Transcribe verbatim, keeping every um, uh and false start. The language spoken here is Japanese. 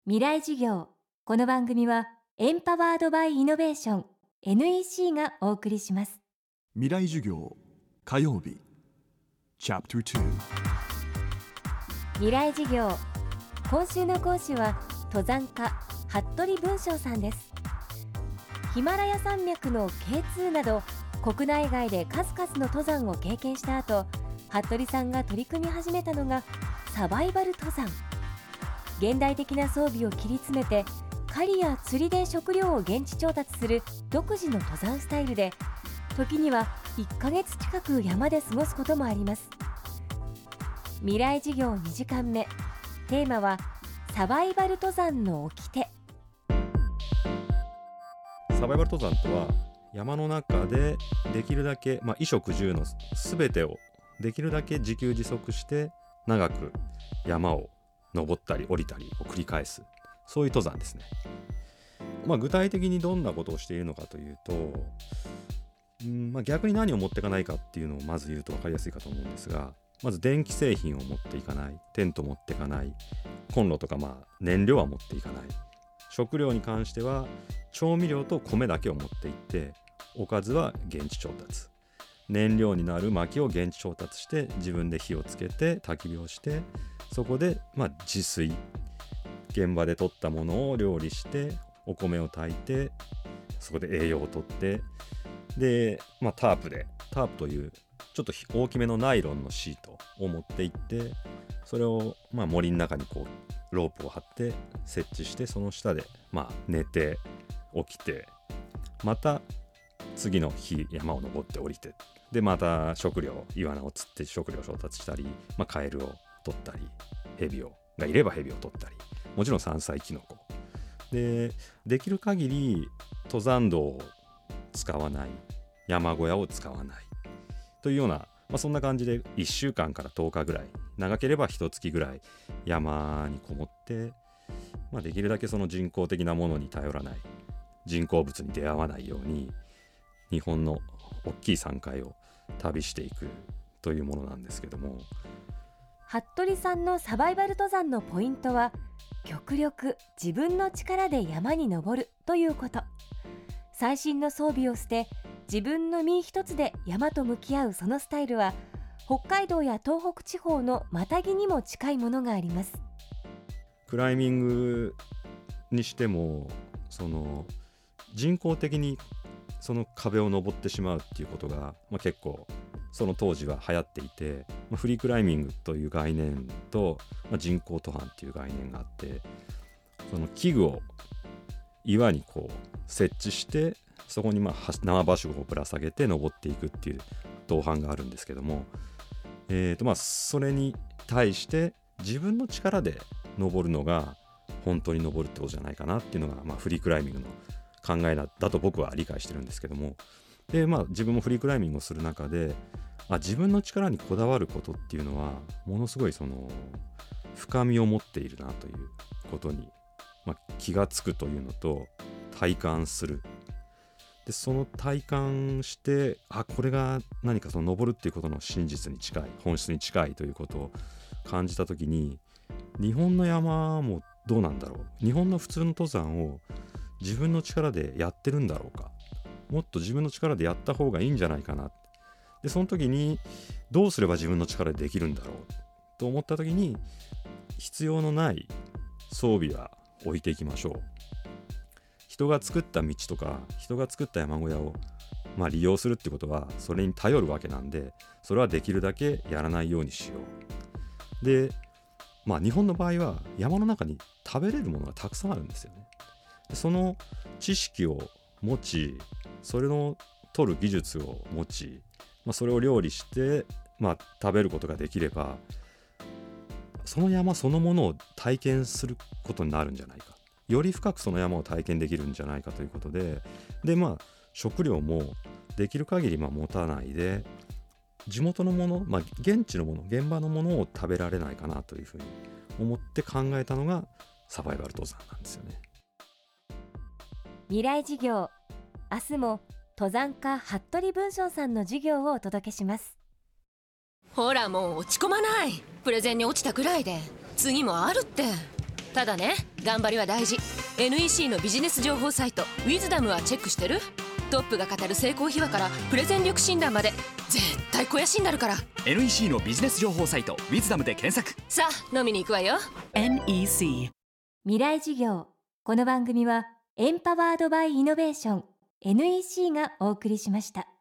未来事業。この番組はエンパワードバイイノベーション エヌイーシー がお送りします。 未来授業火曜日チャプターツー。 未来事業。今週の講師は登山家服部文章さんです。ヒマラヤ山脈の ケーツー など国内外で数々の登山を経験した後、服部さんが取り組み始めたのがサバイバル登山。現代的な装備を切り詰めて狩りや釣りで食料を現地調達する独自の登山スタイルで、時にはいっかげつ近く山で過ごすこともあります。未来事業にじかんめ、テーマはサバイバル登山の掟。 サバイバル登山とは、山の中でできるだけ、まあ、衣食住のすべてをできるだけ自給自足して長く山を登ったり降りたりを繰り返す、そういう登山ですね。まあ、具体的にどんなことをしているのかというと、うんまあ、逆に何を持っていかないかっていうのをまず言うと分かりやすいかと思うんですが、まず電気製品を持っていかない、テント持っていかない、コンロとかまあ燃料は持っていかない、食料に関しては調味料と米だけを持っていって、おかずは現地調達、燃料になる薪を現地調達して自分で火をつけて焚き火をして、そこでまあ自炊、現場で取ったものを料理してお米を炊いて、そこで栄養を取って、で、まあ、タープでタープというちょっと大きめのナイロンのシートを持っていって、それをまあ森の中にこうロープを張って設置して、その下でまあ寝て起きて、また次の日山を登って降りて、でまた食料、イワナを釣って食料を調達したり、まあ、カエルを取ったり、ヘビをがいればヘビを取ったり、もちろん山菜キノコで、できる限り登山道を使わない、山小屋を使わないというような、まあ、そんな感じでいっしゅうかんからとおかぐらい、長ければいちがつぐらい山にこもって、まあ、できるだけその人工的なものに頼らない、人工物に出会わないように日本の大きい山海を旅していくというものなんですけども、 服部さんのサバイバル登山のポイントは、極力自分の力で山に登るということ。最新の装備を捨て、自分の身一つで山と向き合うそのスタイルは、北海道や東北地方のマタギにも近いものがあります。 クライミングにしても、その人工的にその壁を登ってしまうっていうことが、まあ、結構その当時は流行っていて、まあ、フリークライミングという概念と、まあ、人工登山っていう概念があって、その器具を岩にこう設置して、そこにまあ縄ばしごをぶら下げて登っていくっていう登攀があるんですけども、えーとまあそれに対して自分の力で登るのが本当に登るってことじゃないかなっていうのが、まあ、フリークライミングの考えだと僕は理解してるんですけども、で、まあ、自分もフリークライミングをする中で、あ、自分の力にこだわることっていうのはものすごいその深みを持っているなということに、まあ、気がつくというのと、体感する。でその体感して、あ、これが何かその登るっていうことの真実に近い、本質に近いということを感じたときに、日本の山もどうなんだろう、日本の普通の登山を自分の力でやってるんだろうか、もっと自分の力でやった方がいいんじゃないかな。でその時にどうすれば自分の力でできるんだろうと思った時に、必要のない装備は置いていきましょう。人が作った道とか人が作った山小屋をまあ利用するってことは、それに頼るわけなんで、それはできるだけやらないようにしよう。でまあ日本の場合は山の中に食べれるものがたくさんあるんですよね。その知識を持ち、それの取る技術を持ち、まあ、それを料理して、まあ、食べることができれば、その山そのものを体験することになるんじゃないか、より深くその山を体験できるんじゃないかということで、でまあ食料もできる限りまあ持たないで、地元のもの、まあ、現地のもの、現場のものを食べられないかなというふうに思って考えたのがサバイバル登山なんですよね。 未来事業。明日も登山家服部文章さんの授業をお届けします。 ほらもう落ち込まない。プレゼンに落ちたくらいで次もあるって。 ただね、頑張りは大事。 エヌイーシー のビジネス情報サイトウィズダムはチェックしてる？トップが語る成功秘話からプレゼン力診断まで絶対肥やしになるから。 エヌイーシー のビジネス情報サイトウィズダムで検索。 さあ飲みに行くわよ。 エヌイーシー未来事業。この番組はエンパワードバイイノベーション エヌイーシー がお送りしました。